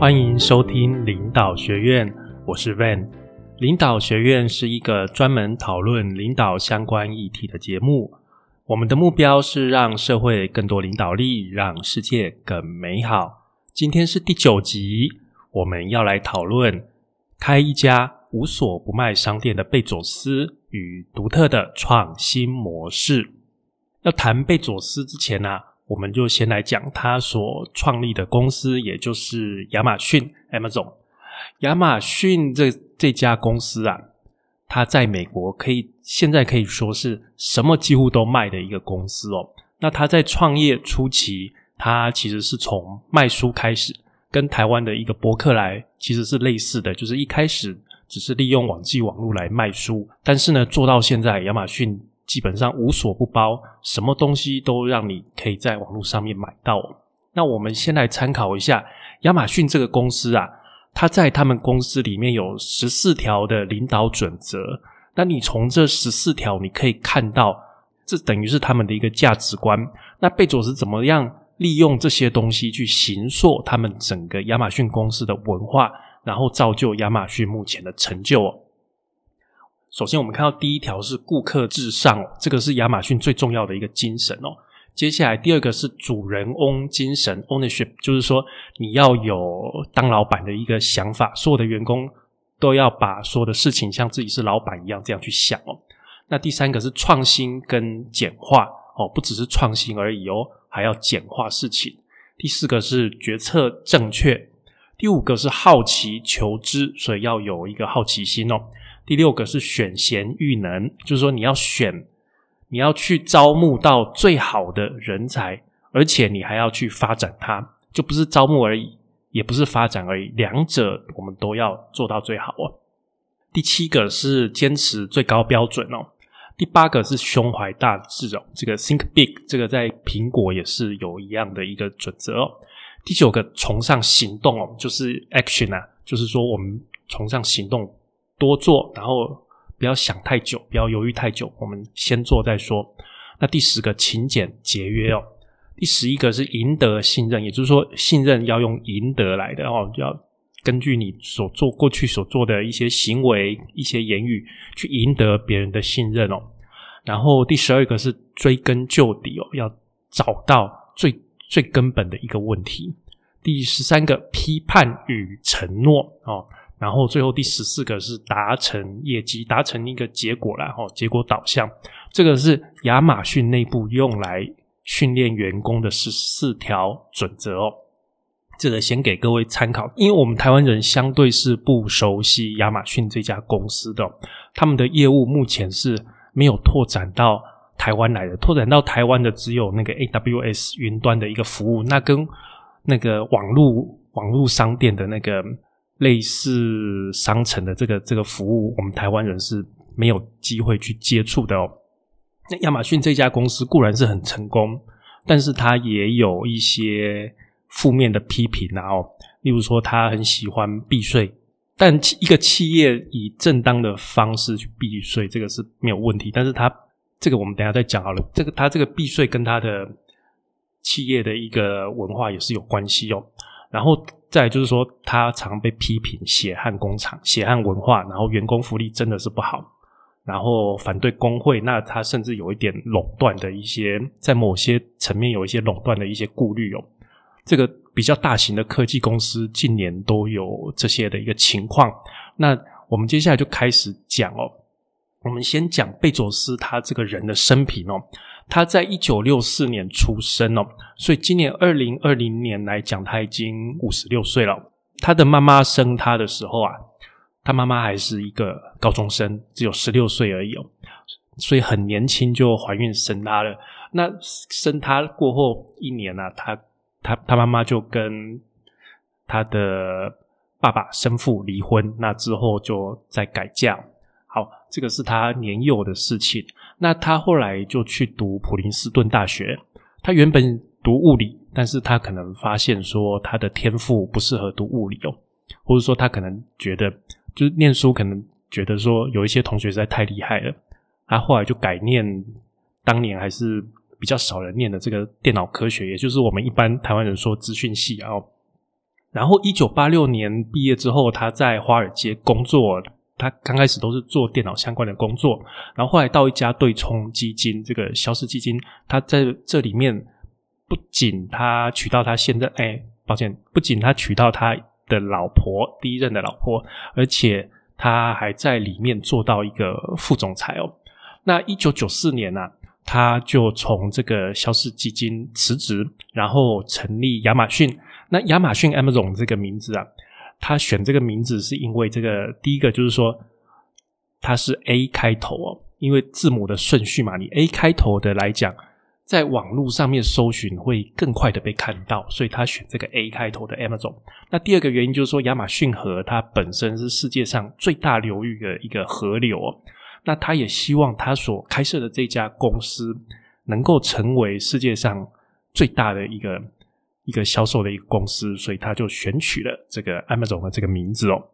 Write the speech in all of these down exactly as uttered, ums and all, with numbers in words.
欢迎收听领导学院，我是 Van。 领导学院是一个专门讨论领导相关议题的节目，我们的目标是让社会更多领导力，让世界更美好。今天是第九集，我们要来讨论开一家无所不卖商店的贝佐斯与独特的创新模式。要谈贝佐斯之前啊，我们就先来讲他所创立的公司，也就是亚马逊 Amazon。 亚马逊这这家公司啊，它在美国可以现在可以说是什么几乎都卖的一个公司哦。那他在创业初期，他其实是从卖书开始，跟台湾的一个博客来其实是类似的，就是一开始只是利用网际网络来卖书，但是呢做到现在亚马逊基本上无所不包，什么东西都让你可以在网络上面买到。那我们先来参考一下亚马逊这个公司啊，它在他们公司里面有十四条的领导准则。那你从这十四条你可以看到，这等于是他们的一个价值观。那贝佐斯怎么样利用这些东西去形塑他们整个亚马逊公司的文化，然后造就亚马逊目前的成就哦。首先我们看到第一条是顾客至上，这个是亚马逊最重要的一个精神哦。接下来第二个是主人翁精神 ownership， 就是说你要有当老板的一个想法，所有的员工都要把所有的事情像自己是老板一样这样去想哦。那第三个是创新跟简化哦，不只是创新而已哦，还要简化事情。第四个是决策正确。第五个是好奇求知，所以要有一个好奇心哦。第六个是选贤育能，就是说你要选，你要去招募到最好的人才，而且你还要去发展它，就不是招募而已，也不是发展而已，两者我们都要做到最好哦。第七个是坚持最高标准哦。第八个是胸怀大志哦，这个 think big， 这个在苹果也是有一样的一个准则哦。第九个崇尚行动哦，就是 action 啊，就是说我们崇尚行动，多做，然后不要想太久，不要犹豫太久，我们先做再说。那第十个勤俭节约哦。第十一个是赢得信任，也就是说信任要用赢得来的哦，就要根据你所做过去所做的一些行为一些言语去赢得别人的信任哦。然后第十二个是追根究底哦，要找到最最根本的一个问题。第十三个批判与承诺哦。然后最后第十四个是达成业绩，达成一个结果啦齁，结果导向。这个是亚马逊内部用来训练员工的十四条准则哦。这个先给各位参考，因为我们台湾人相对是不熟悉亚马逊这家公司的哦，他们的业务目前是没有拓展到台湾来的，拓展到台湾的只有那个 A W S 云端的一个服务，那跟那个网络网络商店的那个类似商城的这个这个服务，我们台湾人是没有机会去接触的哦。那亚马逊这家公司固然是很成功，但是它也有一些负面的批评啊哦，例如说它很喜欢避税，但一个企业以正当的方式去避税，这个是没有问题，但是它这个我们等一下再讲好了，这个它这个避税跟它的企业的一个文化也是有关系哦。然后再来就是说他常被批评血汗工厂血汗文化，然后员工福利真的是不好，然后反对工会，那他甚至有一点垄断的一些，在某些层面有一些垄断的一些顾虑哦。这个比较大型的科技公司近年都有这些的一个情况。那我们接下来就开始讲哦，我们先讲贝佐斯他这个人的生平哦。他在一九六四年出生哦，所以今年二零二零年来讲他已经五十六岁了。他的妈妈生他的时候啊，他妈妈还是一个高中生，只有十六岁而已哦，所以很年轻就怀孕生他了。那生他过后一年啊，他他他妈妈就跟他的爸爸生父离婚，那之后就再改嫁。好，这个是他年幼的事情。那他后来就去读普林斯顿大学，他原本读物理，但是他可能发现说他的天赋不适合读物理哦，或者说他可能觉得就是念书可能觉得说有一些同学实在太厉害了，他后来就改念当年还是比较少人念的这个电脑科学，也就是我们一般台湾人说资讯系啊哦。 然后一九八六年毕业之后，他在华尔街工作，他刚开始都是做电脑相关的工作，然后后来到一家对冲基金，这个肖氏基金，他在这里面不仅他娶到他现在哎，抱歉，不仅他娶到他的老婆，第一任的老婆，而且他还在里面做到一个副总裁哦。那一九九四年啊，他就从这个肖氏基金辞职，然后成立亚马逊。那亚马逊 Amazon 这个名字啊，他选这个名字是因为这个第一个就是说它是 A 开头哦，因为字母的顺序嘛，你 A 开头的来讲，在网络上面搜寻会更快的被看到，所以他选这个 A 开头的 Amazon。 那第二个原因就是说亚马逊河它本身是世界上最大流域的一个河流哦，那他也希望他所开设的这家公司能够成为世界上最大的一个一个销售的一个公司，所以他就选取了这个 Amazon 的这个名字哦。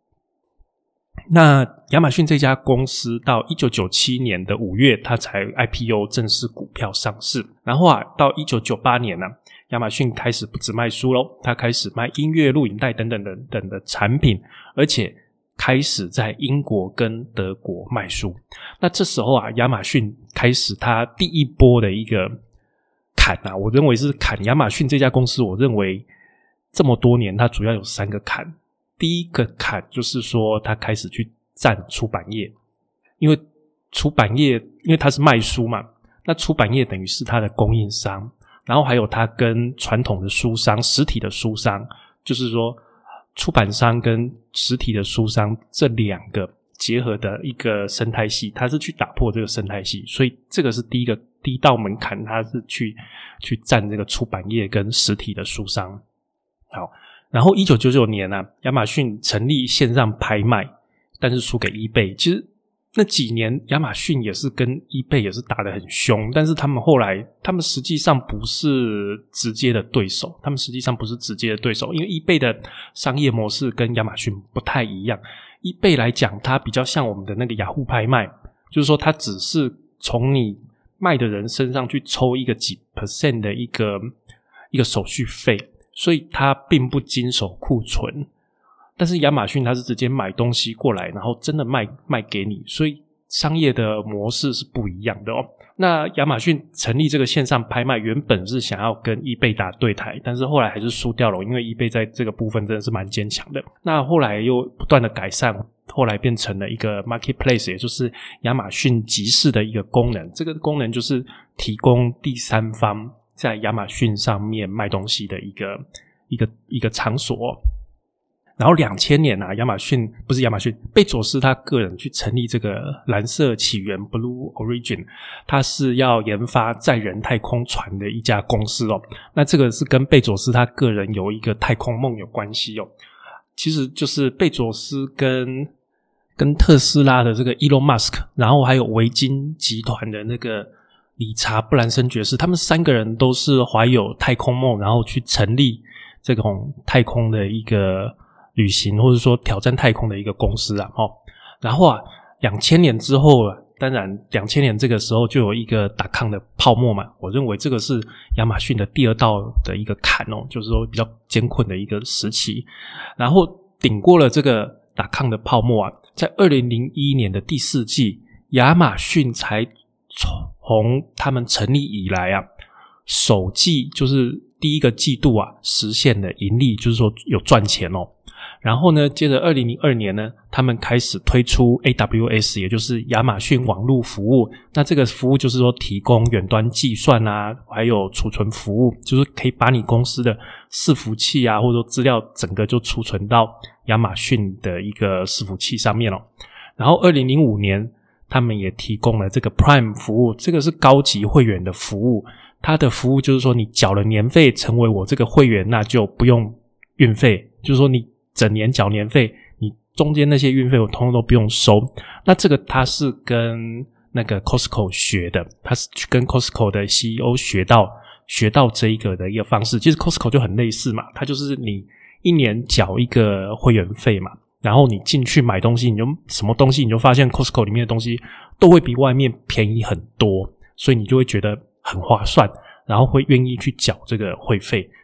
那亚马逊这家公司到一九九七年的五月，它才 I P O 正式股票上市。然后啊，到一九九八年啊，亚马逊开始不只卖书咯，它开始卖音乐、录影带等等等等的产品，而且开始在英国跟德国卖书。那这时候啊，亚马逊开始它第一波的一个坎啊，我认为是坎。亚马逊这家公司，我认为这么多年它主要有三个坎。第一个坎就是说它开始去占出版业，因为出版业因为它是卖书嘛，那出版业等于是它的供应商，然后还有它跟传统的书商、实体的书商，就是说出版商跟实体的书商这两个结合的一个生态系，它是去打破这个生态系，所以这个是第一个第一道门槛，它是去去占这个出版业跟实体的书商。好，然后一九九九年啊，亚马逊成立线上拍卖，但是输给 eBay。其实那几年亚马逊也是跟 eBay 也是打得很凶，但是他们后来他们实际上不是直接的对手，他们实际上不是直接的对手，因为 eBay 的商业模式跟亚马逊不太一样。eBay 来讲，它比较像我们的那个雅虎拍卖，就是说它只是从你卖的人身上去抽一个几 percent 的一个一个手续费，所以它并不经手库存。但是亚马逊它是直接买东西过来，然后真的卖卖给你，所以商业的模式是不一样的哦。那亚马逊成立这个线上拍卖，原本是想要跟 eBay 打对台，但是后来还是输掉了，因为 eBay 在这个部分真的是蛮坚强的。那后来又不断的改善，后来变成了一个 marketplace， 也就是亚马逊集市的一个功能。这个功能就是提供第三方在亚马逊上面卖东西的一个一个一个场所哦。然后两千年啊，亚马逊不是亚马逊，贝佐斯他个人去成立这个蓝色起源 Blue Origin， 他是要研发载人太空船的一家公司哦。那这个是跟贝佐斯他个人有一个太空梦有关系哦。其实就是贝佐斯跟跟特斯拉的这个 Elon Musk， 然后还有维京集团的那个理查布兰森爵士，他们三个人都是怀有太空梦，然后去成立这种太空的一个旅行或者说挑战太空的一个公司啊。哦，然后啊两千年之后啊，当然两千年这个时候就有一个打抗的泡沫嘛，我认为这个是亚马逊的第二道的一个坎哦，就是说比较艰困的一个时期。然后顶过了这个打抗的泡沫啊，在二零零一年的第四季，亚马逊才从他们成立以来啊，首季就是第一个季度啊实现了盈利，就是说有赚钱哦。然后呢，接着二零零二年呢，他们开始推出 A W S， 也就是亚马逊网络服务。那这个服务就是说提供远端计算啊，还有储存服务，就是可以把你公司的伺服器啊，或者说资料整个就储存到亚马逊的一个伺服器上面哦。然后二零零五年他们也提供了这个 Prime 服务，这个是高级会员的服务。它的服务就是说你缴了年费成为我这个会员，那就不用运费，就是说你整年缴年费，你中间那些运费我通通都不用收。那这个他是跟那个 Costco 学的，他是去跟 Costco 的 C E O 学到学到这一个的一个方式。其实 Costco 就很类似嘛，它就是你一年缴一个会员费嘛，然后你进去买东西，你就什么东西你就发现 Costco 里面的东西都会比外面便宜很多，所以你就会觉得很划算，然后会愿意去缴这个会费。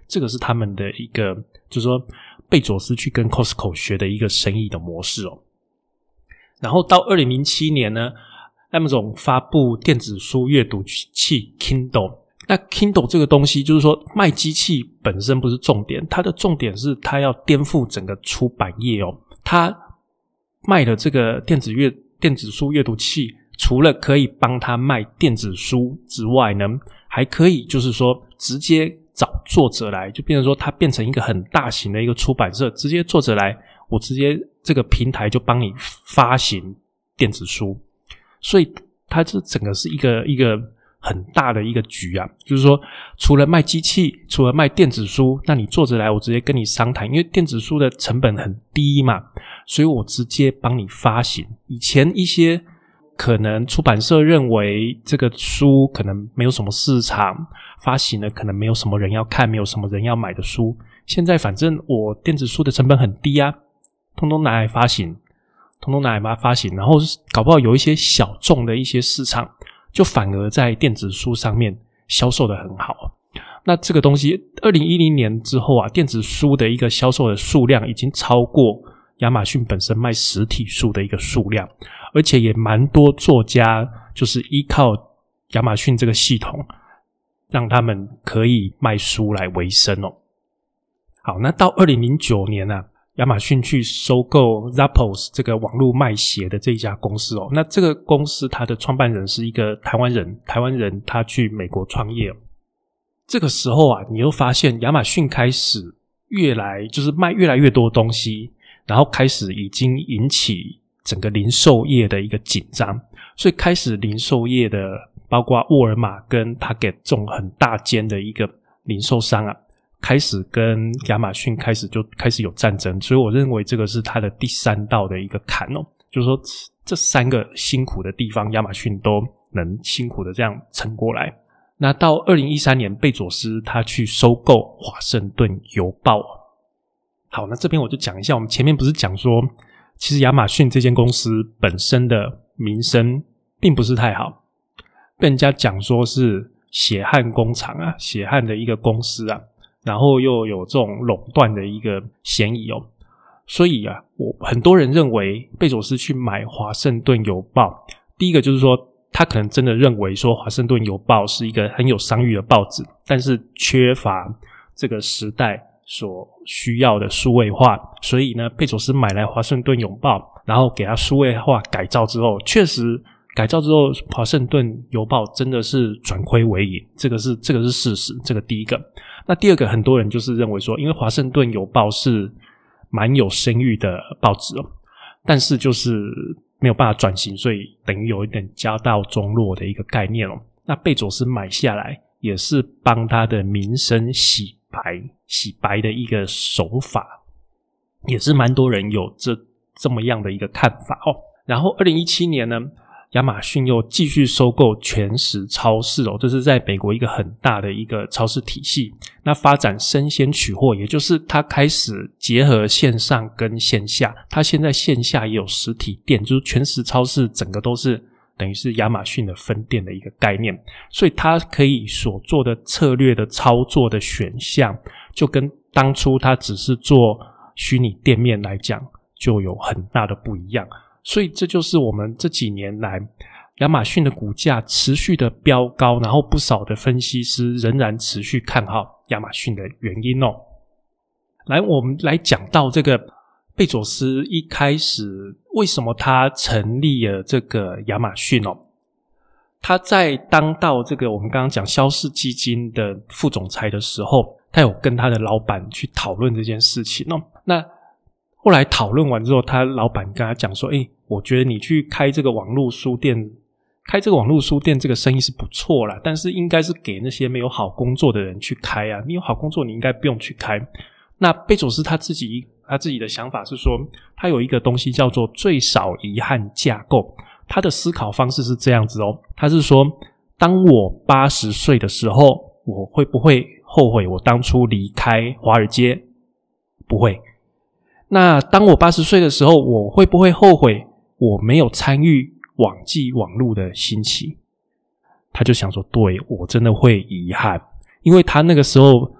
这个是他们的一个，就是说贝佐斯去跟 Costco 学的一个生意的模式哦。然后到二零零七年呢 Amazon 发布电子书阅读器 Kindle。 那 Kindle 这个东西就是说卖机器本身不是重点，它的重点是它要颠覆整个出版业哦。它卖的这个电子阅电子书阅读器除了可以帮他卖电子书之外呢，还可以就是说直接找作者来，就变成说它变成一个很大型的一个出版社，直接作者来，我直接这个平台就帮你发行电子书。所以它这整个是一个一个很大的一个局啊，就是说除了卖机器，除了卖电子书，那你作者来我直接跟你商谈，因为电子书的成本很低嘛，所以我直接帮你发行。以前一些可能出版社认为这个书可能没有什么市场，发行了可能没有什么人要看，没有什么人要买的书，现在反正我电子书的成本很低啊，通通拿来发行，通通拿来发行，然后搞不好有一些小众的一些市场就反而在电子书上面销售得很好。那这个东西二零一零年之后啊，电子书的一个销售的数量已经超过亚马逊本身卖实体书的一个数量，而且也蛮多作家就是依靠亚马逊这个系统让他们可以卖书来维生哦。好，那到二零零九年啊，亚马逊去收购 Zappos 这个网络卖鞋的这一家公司哦。那这个公司它的创办人是一个台湾人，台湾人他去美国创业哦。这个时候啊，你又发现亚马逊开始越来就是卖越来越多东西，然后开始已经引起整个零售业的一个紧张，所以开始零售业的包括沃尔玛跟 Target 这种很大间的一个零售商啊，开始跟亚马逊开始就开始有战争。所以我认为这个是它的第三道的一个坎哦，就是说这三个辛苦的地方亚马逊都能辛苦的这样撑过来。那到二零一三年贝佐斯他去收购华盛顿邮报。好，那这边我就讲一下，我们前面不是讲说其实亚马逊这间公司本身的名声并不是太好，被人家讲说是血汗工厂啊，血汗的一个公司啊，然后又有这种垄断的一个嫌疑哦。所以啊，我很多人认为贝佐斯去买华盛顿邮报，第一个就是说他可能真的认为说华盛顿邮报是一个很有商誉的报纸，但是缺乏这个时代所需要的数位化，所以呢贝佐斯买来华盛顿邮报，然后给它数位化改造之后，确实改造之后华盛顿邮报真的是转亏为盈，这个是这个是事实，这个第一个。那第二个，很多人就是认为说因为华盛顿邮报是蛮有声誉的报纸哦，但是就是没有办法转型，所以等于有一点家道中落的一个概念哦。那贝佐斯买下来也是帮他的名声洗白洗白的一个手法，也是蛮多人有这这么样的一个看法哦。然后二零一七年呢，亚马逊又继续收购全食超市哦，这是在美国一个很大的一个超市体系。那发展生鲜取货，也就是它开始结合线上跟线下，它现在线下也有实体店，就是全食超市整个都是等于是亚马逊的分店的一个概念，所以它可以所做的策略的操作的选项，就跟当初它只是做虚拟店面来讲就有很大的不一样。所以这就是我们这几年来亚马逊的股价持续的飙高，然后不少的分析师仍然持续看好亚马逊的原因哦。来，我们来讲到这个贝佐斯一开始为什么他成立了这个亚马逊哦。他在当到这个我们刚刚讲肖氏基金的副总裁的时候，他有跟他的老板去讨论这件事情哦。那后来讨论完之后，他老板跟他讲说，诶，我觉得你去开这个网络书店，开这个网络书店这个生意是不错啦，但是应该是给那些没有好工作的人去开啊，你有好工作你应该不用去开。那贝佐斯他自己他自己的想法是说，他有一个东西叫做最少遗憾架构，他的思考方式是这样子哦，他是说当我八十岁的时候，我会不会后悔我当初离开华尔街？不会。那当我八十岁的时候，我会不会后悔我没有参与网际网络的兴起？他就想说，对，我真的会遗憾，因为他那个时候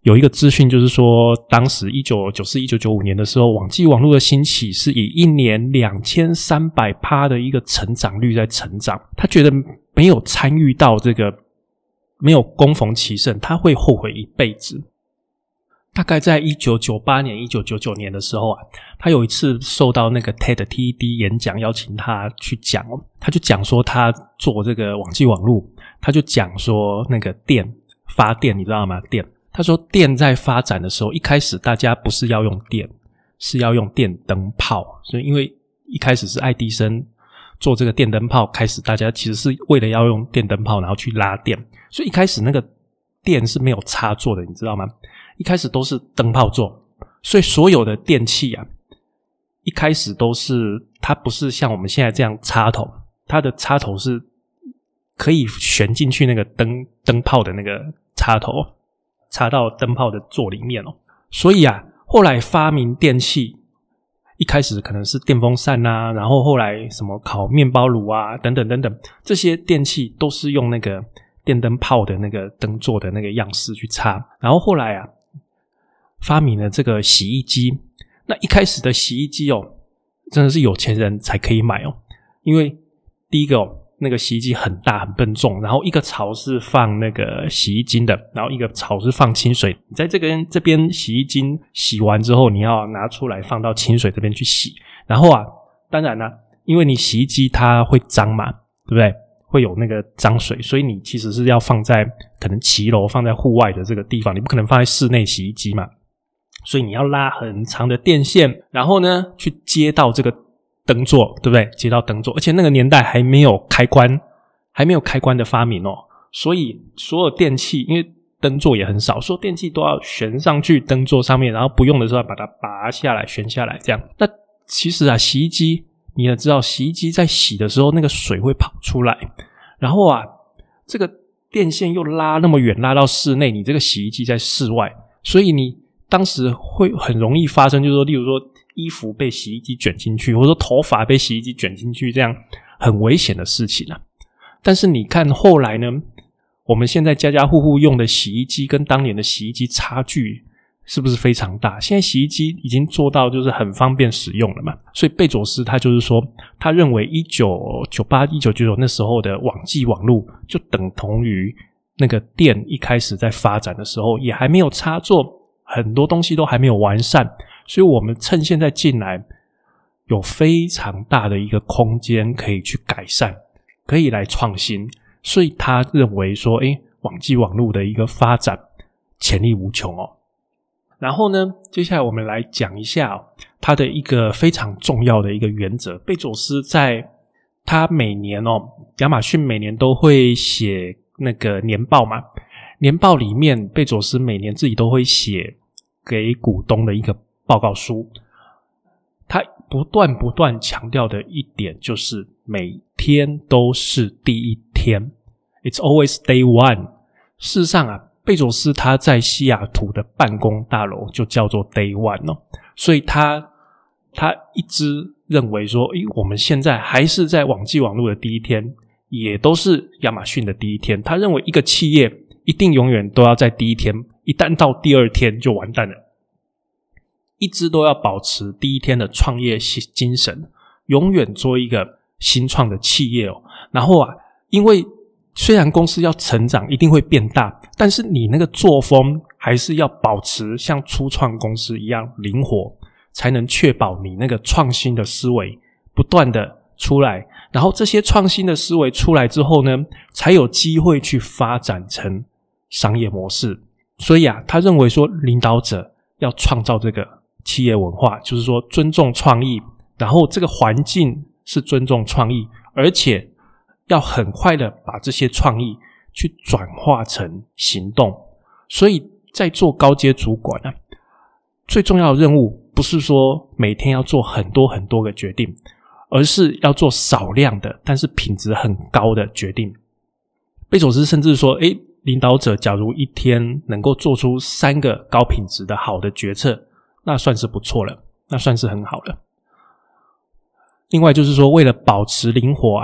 有一个资讯，就是说当时一九九四、一九九五年的时候，网际网络的兴起是以一年两千三百趴的一个成长率在成长。他觉得没有参与到这个，没有恭逢其盛，他会后悔一辈子。大概在一九九八年、一九九九年的时候啊，他有一次受到那个 T E D T E D 演讲，邀请他去讲哦，他就讲说他做这个网际网络，他就讲说那个电发电，你知道吗？电，他说电在发展的时候，一开始大家不是要用电，是要用电灯泡，所以因为一开始是爱迪生做这个电灯泡，开始大家其实是为了要用电灯泡然后去拉电，所以一开始那个电是没有插座的，你知道吗？一开始都是灯泡座，所以所有的电器啊，一开始都是它不是像我们现在这样插头，它的插头是可以旋进去那个灯灯泡的那个插头，插到灯泡的座里面哦。所以啊，后来发明电器，一开始可能是电风扇啊，然后后来什么烤面包炉啊，等等等等，这些电器都是用那个电灯泡的那个灯座的那个样式去插。然后后来啊，发明了这个洗衣机。那一开始的洗衣机哦，真的是有钱人才可以买哦，因为第一个哦，那个洗衣机很大很笨重，然后一个槽是放那个洗衣精的，然后一个槽是放清水。你在这个这边洗衣精洗完之后，你要拿出来放到清水这边去洗。然后啊，当然啦，因为你洗衣机它会脏嘛，对不对？会有那个脏水，所以你其实是要放在可能骑楼放在户外的这个地方，你不可能放在室内洗衣机嘛。所以你要拉很长的电线，然后呢去接到这个灯座，对不对？接到灯座，而且那个年代还没有开关，还没有开关的发明哦，所以所有电器，因为灯座也很少，所有电器都要悬上去灯座上面，然后不用的时候把它拔下来悬下来这样。那其实啊，洗衣机你也知道，洗衣机在洗的时候那个水会跑出来，然后啊这个电线又拉那么远，拉到室内，你这个洗衣机在室外，所以你当时会很容易发生，就是说例如说衣服被洗衣机卷进去，或者说头发被洗衣机卷进去，这样很危险的事情啊。但是你看后来呢，我们现在家家户户用的洗衣机跟当年的洗衣机差距是不是非常大？现在洗衣机已经做到就是很方便使用了嘛，所以贝佐斯他就是说，他认为一九九八、一九九九那时候的网际网络就等同于那个电一开始在发展的时候也还没有插座，很多东西都还没有完善，所以我们趁现在进来有非常大的一个空间可以去改善，可以来创新，所以他认为说诶，网际网络的一个发展潜力无穷哦。然后呢，接下来我们来讲一下哦，他的一个非常重要的一个原则。贝佐斯在他每年哦，亚马逊每年都会写那个年报嘛，年报里面贝佐斯每年自己都会写给股东的一个报告书，他不断不断强调的一点就是每天都是第一天， It's always day one。 事实上啊，贝佐斯他在西雅图的办公大楼就叫做 day one 哦，所以他他一直认为说诶，我们现在还是在网际网络的第一天，也都是亚马逊的第一天。他认为一个企业一定永远都要在第一天，一旦到第二天就完蛋了，一直都要保持第一天的创业精神，永远做一个新创的企业哦。然后啊，因为虽然公司要成长一定会变大，但是你那个作风还是要保持像初创公司一样灵活，才能确保你那个创新的思维不断的出来，然后这些创新的思维出来之后呢，才有机会去发展成商业模式。所以啊，他认为说领导者要创造这个企业文化，就是说尊重创意，然后这个环境是尊重创意，而且要很快的把这些创意去转化成行动。所以在做高阶主管啊，最重要的任务不是说每天要做很多很多个决定，而是要做少量的但是品质很高的决定。贝佐斯甚至说诶，领导者假如一天能够做出三个高品质的好的决策，那算是不错了，那算是很好了。另外就是说，为了保持灵活啊，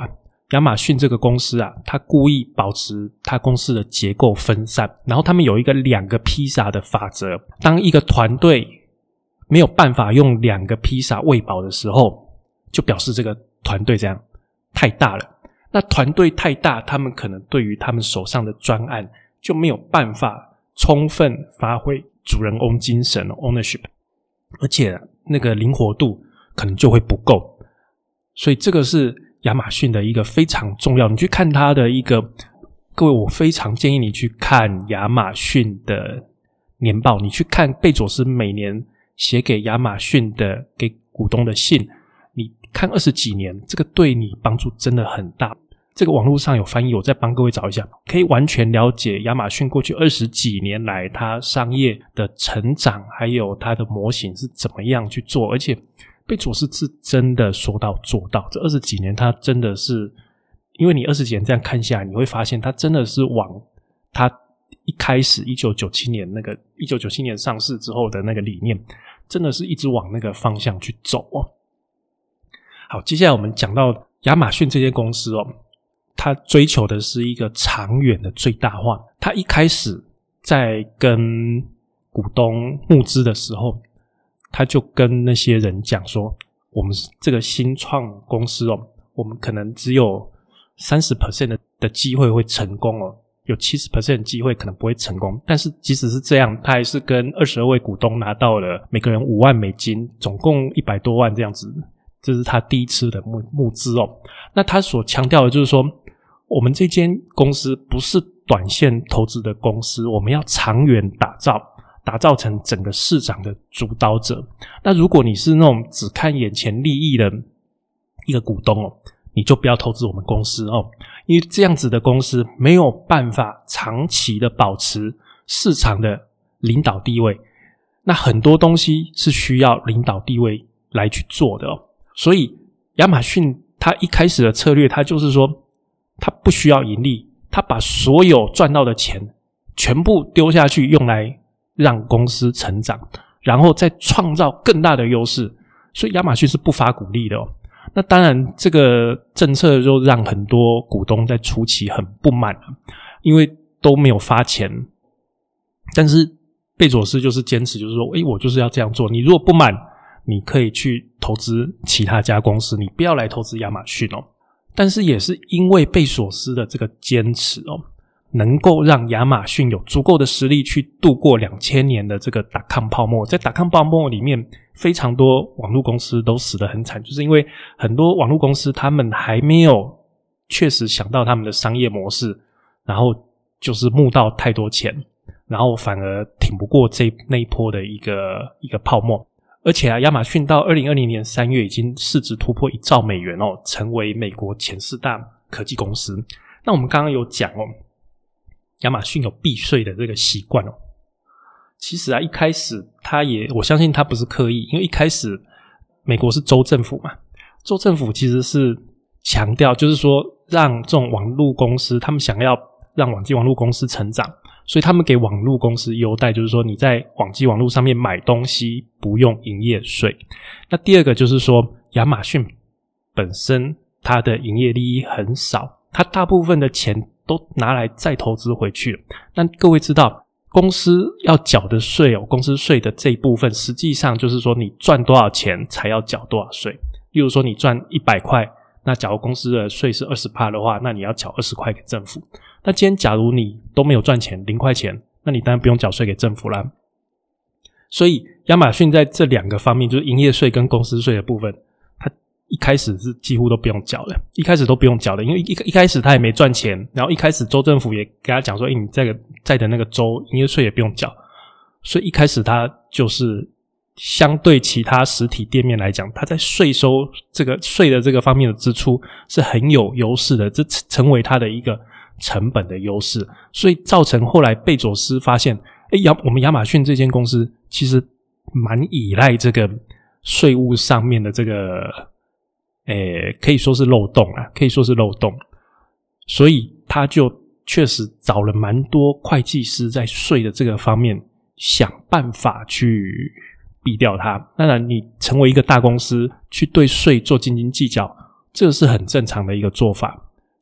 亚马逊这个公司啊，它故意保持它公司的结构分散，然后他们有一个两个披萨的法则，当一个团队没有办法用两个披萨喂饱的时候，就表示这个团队这样太大了。那团队太大，他们可能对于他们手上的专案就没有办法充分发挥主人翁精神 ownership， 而且那个灵活度可能就会不够。所以这个是亚马逊的一个非常重要，你去看它的一个，各位我非常建议你去看亚马逊的年报，你去看贝佐斯每年写给亚马逊的给股东的信，你看二十几年，这个对你帮助真的很大。这个网络上有翻译，我再帮各位找一下，可以完全了解亚马逊过去二十几年来它商业的成长，还有它的模型是怎么样去做。而且贝佐斯是真的说到做到，这二十几年他真的是，因为你二十几年这样看下来，你会发现他真的是往他一开始一九九七年那个一九九七年上市之后的那个理念，真的是一直往那个方向去走哦。好，接下来我们讲到亚马逊这间公司哦，他追求的是一个长远的最大化。他一开始在跟股东募资的时候，他就跟那些人讲说，我们这个新创公司哦，我们可能只有 百分之三十 的, 的机会会成功哦，有 百分之七十 的机会可能不会成功。但是即使是这样，他还是跟二十二位股东拿到了每个人五万美金，总共一百多万这样子，这是他第一次的募募资哦。那他所强调的就是说，我们这间公司不是短线投资的公司，我们要长远打造打造成整个市场的主导者。那如果你是那种只看眼前利益的一个股东哦，你就不要投资我们公司哦，因为这样子的公司没有办法长期的保持市场的领导地位。那很多东西是需要领导地位来去做的哦。所以亚马逊它一开始的策略，它就是说它不需要盈利，它把所有赚到的钱全部丢下去，用来让公司成长，然后再创造更大的优势。所以亚马逊是不发股利的哦。那当然这个政策就让很多股东在初期很不满，因为都没有发钱。但是贝佐斯就是坚持，就是说诶我就是要这样做，你如果不满，你可以去投资其他家公司，你不要来投资亚马逊哦。但是也是因为贝索斯的这个坚持哦，能够让亚马逊有足够的实力去度过两千年的这个 .com 泡沫。在 .com 泡沫里面，非常多网络公司都死得很惨，就是因为很多网络公司他们还没有确实想到他们的商业模式，然后就是募到太多钱，然后反而挺不过这那一波的一个一个泡沫。而且啊，亚马逊到二零二零年三月已经市值突破一兆美元哦，成为美国前四大科技公司。那我们刚刚有讲哦，亚马逊有避税的这个习惯哦。其实啊，一开始他也，我相信他不是刻意，因为一开始美国是州政府嘛，州政府其实是强调，就是说让这种网络公司，他们想要让网际网络公司成长，所以他们给网络公司优待，就是说你在网际网络上面买东西不用营业税。那第二个就是说，亚马逊本身它的营业利益很少，它大部分的钱都拿来再投资回去了。那各位知道公司要缴的税哦，公司税的这一部分实际上就是说你赚多少钱才要缴多少税。例如说你赚一百块，那假如公司的税是 百分之二十 的话，那你要缴二十块给政府。那今天假如你都没有赚钱，零块钱，那你当然不用缴税给政府啦。所以亚马逊在这两个方面，就是营业税跟公司税的部分，它一开始是几乎都不用缴的，一开始都不用缴的，因为一一开始他也没赚钱，然后一开始州政府也跟他讲说，诶，你这个在的那个州营业税也不用缴，所以一开始他就是相对其他实体店面来讲，他在税收这个税的这个方面的支出是很有优势的，这成为他的一个成本的优势，所以造成后来贝佐斯发现，诶，亚我们亚马逊这间公司其实蛮依赖这个税务上面的这个诶，可以说是漏洞啦，可以说是漏洞，所以他就确实找了蛮多会计师在税的这个方面想办法去避掉它。当然你成为一个大公司去对税做斤斤计较，这个是很正常的一个做法，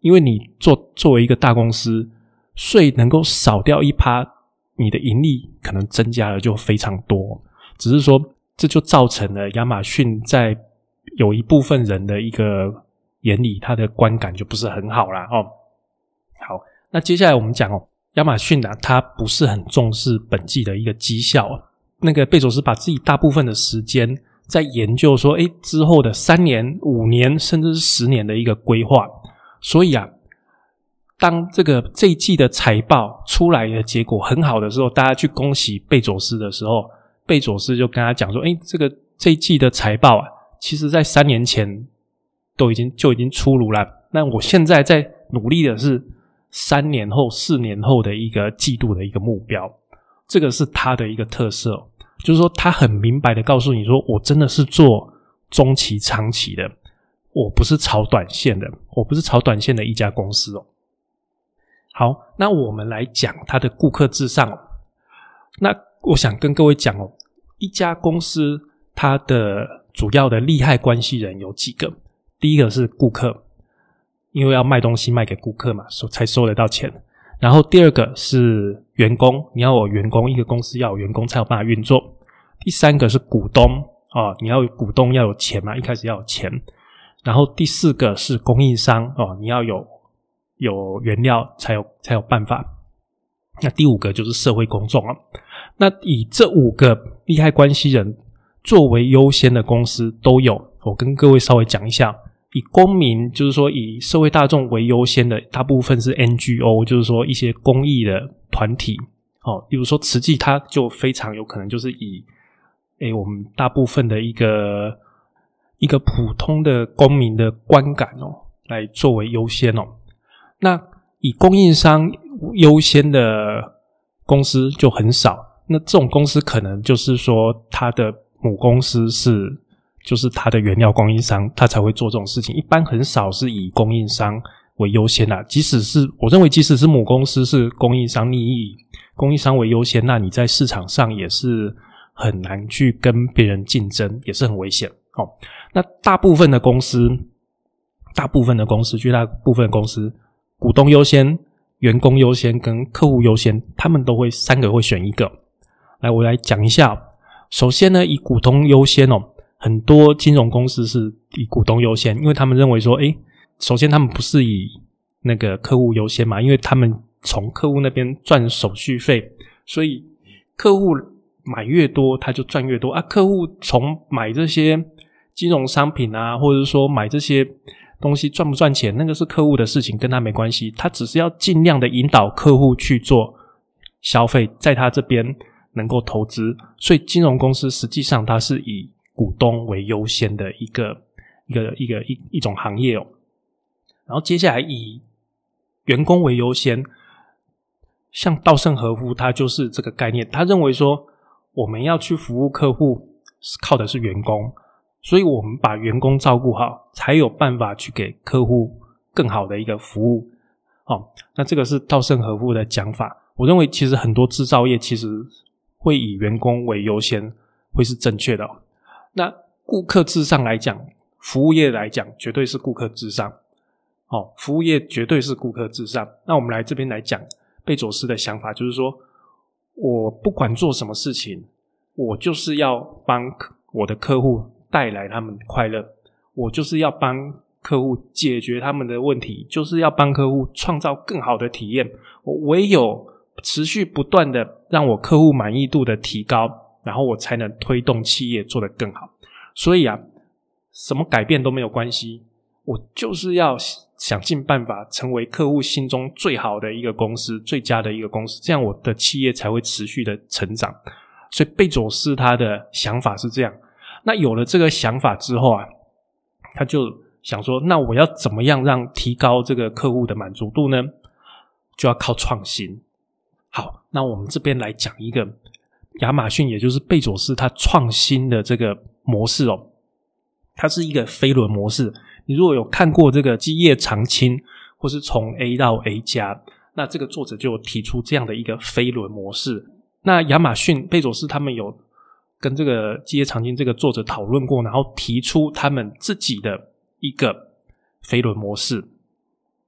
因为你做作为一个大公司，税能够少掉 百分之一， 你的盈利可能增加了就非常多，只是说这就造成了亚马逊在有一部分人的一个眼里，他的观感就不是很好啦哦。好，那接下来我们讲哦，亚马逊啊，他不是很重视本季的一个绩效啊。那个贝佐斯把自己大部分的时间在研究说，诶，之后的三年、五年，甚至是十年的一个规划。所以啊，当这个这一季的财报出来的结果很好的时候，大家去恭喜贝佐斯的时候，贝佐斯就跟他讲说，诶，这个这一季的财报啊，其实在三年前都已经就已经出炉了。那我现在在努力的是三年后、四年后的一个季度的一个目标，这个是他的一个特色哦，就是说他很明白的告诉你说，我真的是做中期、长期的，我不是炒短线的，我不是炒短线的一家公司哦。好，那我们来讲他的顾客至上哦。那我想跟各位讲哦，一家公司它的主要的利害关系人有几个？第一个是顾客，因为要卖东西卖给顾客嘛，才收得到钱。然后第二个是员工，你要有员工，一个公司要有员工才有办法运作。第三个是股东哦，你要有股东要有钱嘛，一开始要有钱。然后第四个是供应商哦，你要有有原料才有才有办法。那第五个就是社会公众啊。那以这五个利害关系人作为优先的公司都有，我跟各位稍微讲一下。以公民，就是说以社会大众为优先的，大部分是 N G O， 就是说一些公益的团体哦，比如说慈济，它就非常有可能就是以诶我们大部分的一个一个普通的公民的观感哦来作为优先哦。那以供应商优先的公司就很少，那这种公司可能就是说它的母公司是就是它的原料供应商，它才会做这种事情，一般很少是以供应商为优先啦。即使是我认为即使是母公司是供应商，你以供应商为优先，那你在市场上也是很难去跟别人竞争，也是很危险哦。那大部分的公司大部分的公司绝大部分的公司股东优先、员工优先跟客户优先，他们都会三个会选一个。来，我来讲一下。首先呢，以股东优先哦，很多金融公司是以股东优先，因为他们认为说，诶，首先他们不是以那个客户优先嘛，因为他们从客户那边赚手续费，所以客户买越多他就赚越多啊。客户从买这些金融商品啊，或者是说买这些东西赚不赚钱，那个是客户的事情，跟他没关系，他只是要尽量的引导客户去做消费，在他这边能够投资，所以金融公司实际上它是以股东为优先的一个一个一个一一种行业哦。然后接下来以员工为优先，像稻盛和夫他就是这个概念，他认为说我们要去服务客户靠的是员工，所以我们把员工照顾好，才有办法去给客户更好的一个服务哦。那这个是稻盛和夫的讲法，我认为其实很多制造业其实会以员工为优先，会是正确的哦。那顾客至上来讲，服务业来讲绝对是顾客至上哦，服务业绝对是顾客至上。那我们来这边来讲贝佐斯的想法，就是说我不管做什么事情，我就是要帮我的客户带来他们的快乐，我就是要帮客户解决他们的问题，就是要帮客户创造更好的体验。我唯有持续不断的让我客户满意度的提高，然后我才能推动企业做得更好。所以啊，什么改变都没有关系，我就是要想尽办法成为客户心中最好的一个公司，最佳的一个公司，这样我的企业才会持续的成长。所以贝佐斯他的想法是这样。那有了这个想法之后啊，他就想说，那我要怎么样让提高这个客户的满足度呢？就要靠创新。好，那我们这边来讲一个亚马逊，也就是贝佐斯他创新的这个模式哦。它是一个飞轮模式，你如果有看过这个基业长青或是从 A 到 A 加，那这个作者就有提出这样的一个飞轮模式。那亚马逊贝佐斯他们有跟这个基业长青这个作者讨论过，然后提出他们自己的一个飞轮模式。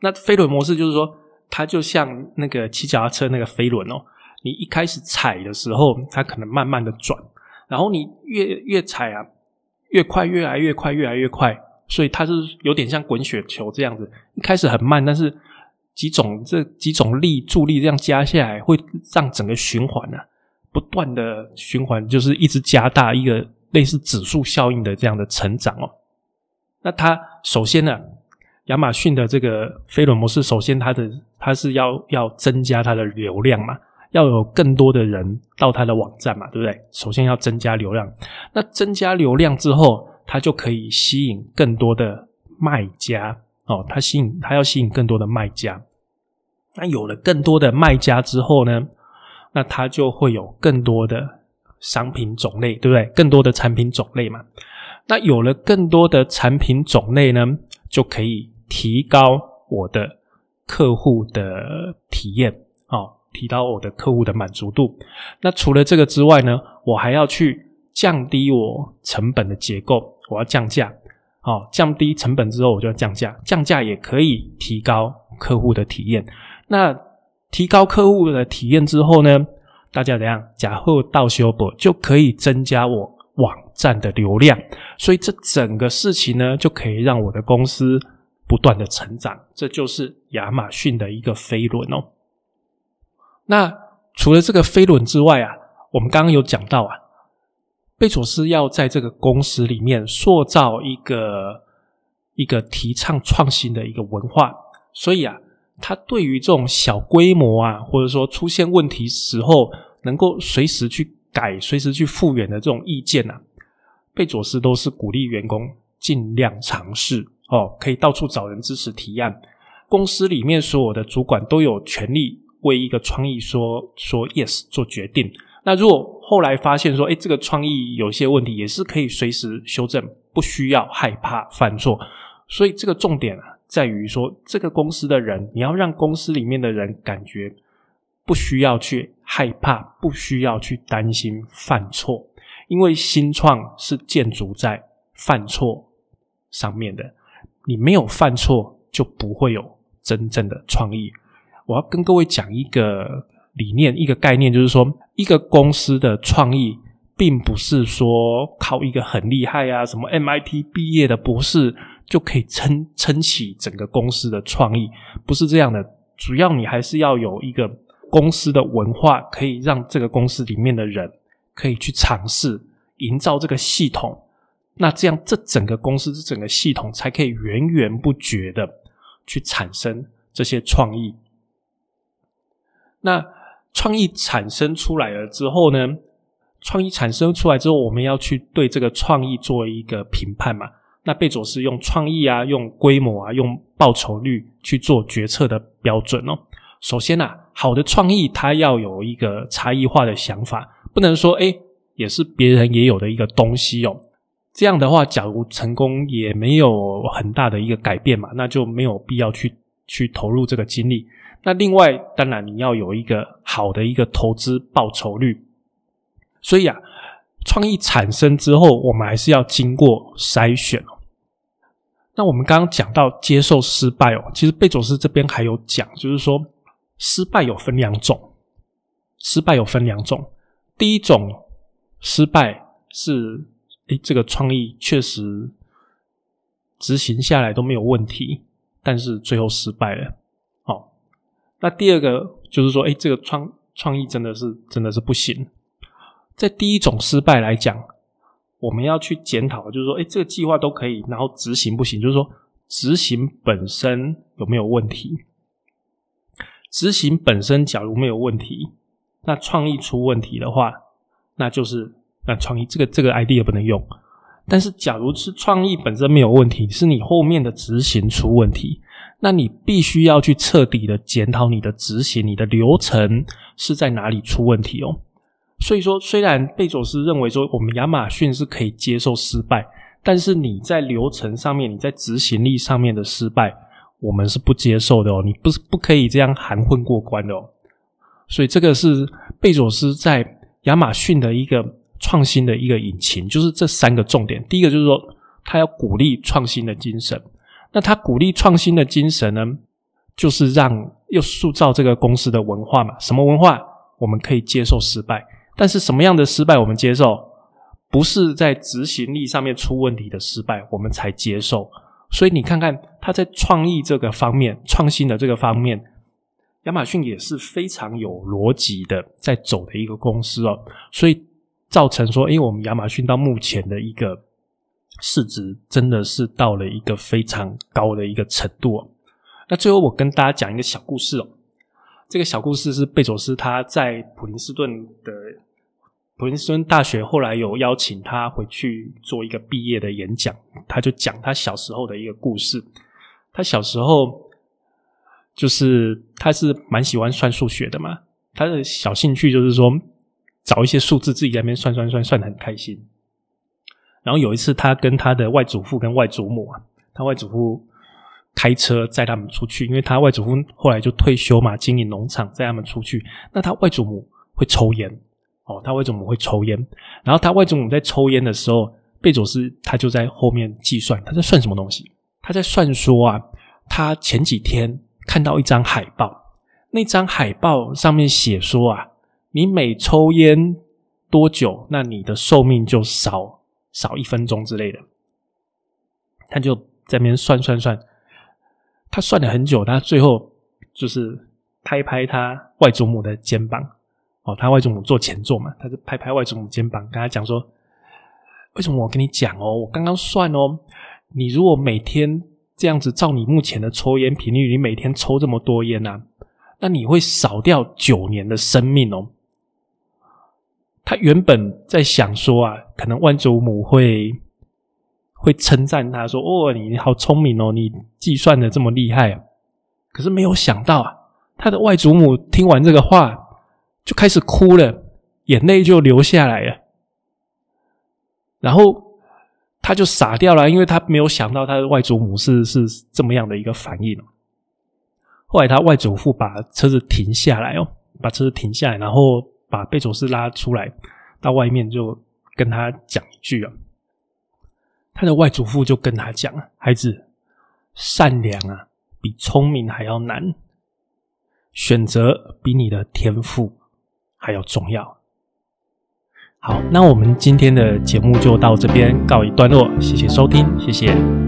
那飞轮模式就是说，它就像那个骑脚踏车那个飞轮哦，你一开始踩的时候，它可能慢慢的转，然后你越越踩啊，越快，越来越快，越来越快，所以它是有点像滚雪球这样子，一开始很慢，但是几种这几种力助力这样加下来，会让整个循环啊不断的循环，就是一直加大一个类似指数效应的这样的成长哦。那它首先呢，亚马逊的这个飞轮模式，首先它的它是要要增加它的流量嘛，要有更多的人到它的网站嘛，对不对？首先要增加流量，那增加流量之后，它就可以吸引更多的卖家哦，它吸引它要吸引更多的卖家。那有了更多的卖家之后呢，那它就会有更多的商品种类，对不对？更多的产品种类嘛。那有了更多的产品种类呢，就可以提高我的客户的体验哦，提高我的客户的满足度。那除了这个之外呢，我还要去降低我成本的结构，我要降价哦，降低成本之后我就要降价，降价也可以提高客户的体验。那提高客户的体验之后呢，大家怎样？假后到修补就可以增加我网站的流量，所以这整个事情呢，就可以让我的公司不断的成长，这就是亚马逊的一个飞轮哦。那除了这个飞轮之外啊，我们刚刚有讲到啊，贝佐斯要在这个公司里面塑造一个一个提倡创新的一个文化，所以啊，他对于这种小规模啊，或者说出现问题时候能够随时去改，随时去复原的这种意见啊，贝佐斯都是鼓励员工尽量尝试哦，可以到处找人支持提案。公司里面所有的主管都有权利为一个创意说说 yes 做决定。那如果后来发现说，诶，这个创意有些问题，也是可以随时修正，不需要害怕犯错。所以这个重点啊，在于说这个公司的人，你要让公司里面的人感觉不需要去害怕，不需要去担心犯错，因为新创是建筑在犯错上面的，你没有犯错就不会有真正的创意。我要跟各位讲一个理念，一个概念，就是说一个公司的创意并不是说靠一个很厉害啊，什么 M I T 毕业的博士就可以撑撑起整个公司的创意，不是这样的。主要你还是要有一个公司的文化，可以让这个公司里面的人可以去尝试营造这个系统，那这样这整个公司这整个系统才可以源源不绝的去产生这些创意。那创意产生出来了之后呢，创意产生出来之后，我们要去对这个创意做一个评判嘛。那贝佐斯用创意啊，用规模啊，用报酬率去做决策的标准哦。首先啊，好的创意它要有一个差异化的想法，不能说诶也是别人也有的一个东西哦。这样的话，假如成功也没有很大的一个改变嘛，那就没有必要去去投入这个精力。那另外当然你要有一个好的一个投资报酬率。所以啊，创意产生之后，我们还是要经过筛选哦。那我们刚刚讲到接受失败哦，其实贝佐斯这边还有讲，就是说失败有分两种，失败有分两种。第一种失败是，诶，这个创意确实执行下来都没有问题，但是最后失败了。哦，那第二个就是说，诶，这个创创意真的是真的是不行。在第一种失败来讲，我们要去检讨，就是说，诶，这个计划都可以，然后执行不行，就是说执行本身有没有问题？执行本身假如没有问题，那创意出问题的话，那就是那创意这个这个 idea 不能用。但是假如是创意本身没有问题，是你后面的执行出问题，那你必须要去彻底的检讨你的执行，你的流程是在哪里出问题哦。所以说，虽然贝佐斯认为说我们亚马逊是可以接受失败，但是你在流程上面，你在执行力上面的失败，我们是不接受的哦，你不是不可以这样含混过关的哦。所以这个是贝佐斯在亚马逊的一个创新的一个引擎，就是这三个重点。第一个就是说他要鼓励创新的精神，那他鼓励创新的精神呢， 就是让又塑造这个公司的文化嘛。什么文化？我们可以接受失败，但是什么样的失败我们接受？不是在执行力上面出问题的失败我们才接受。所以你看看他在创意这个方面，创新的这个方面，亚马逊也是非常有逻辑的在走的一个公司哦。所以造成说，诶，我们亚马逊到目前的一个市值真的是到了一个非常高的一个程度哦。那最后我跟大家讲一个小故事哦。这个小故事是贝佐斯他在普林斯顿的普林斯顿大学后来有邀请他回去做一个毕业的演讲，他就讲他小时候的一个故事。他小时候就是他是蛮喜欢算数学的嘛，他的小兴趣就是说找一些数字自己在那边算算算算得很开心。然后有一次他跟他的外祖父跟外祖母啊，他外祖父开车载他们出去，因为他外祖父后来就退休嘛，经营农场，载他们出去。那他外祖母会抽烟哦，他外祖母会抽烟，然后他外祖母在抽烟的时候，贝佐斯他就在后面计算，他在算什么东西？他在算说啊，他前几天看到一张海报，那张海报上面写说啊，你每抽烟多久，那你的寿命就少少一分钟之类的。他就在那边算算算，他算了很久，他最后就是拍拍他外祖母的肩膀哦，他外祖母坐前座嘛，他就拍拍外祖母肩膀，跟他讲说，为什么我跟你讲哦，我刚刚算哦，你如果每天这样子照你目前的抽烟频率，你每天抽这么多烟啊，那你会少掉九年的生命哦。他原本在想说啊，可能外祖母会会称赞他说，哦，你好聪明哦，你计算的这么厉害啊。可是没有想到啊，他的外祖母听完这个话就开始哭了，眼泪就流下来了。然后他就傻掉了，因为他没有想到他的外祖母是是这么样的一个反应。后来他外祖父把车子停下来哦，把车子停下来，然后把贝佐斯拉出来到外面，就跟他讲一句啊，他的外祖父就跟他讲啊，孩子，善良啊比聪明还要难，选择比你的天赋还要重要。好，那我们今天的节目就到这边告一段落，谢谢收听，谢谢。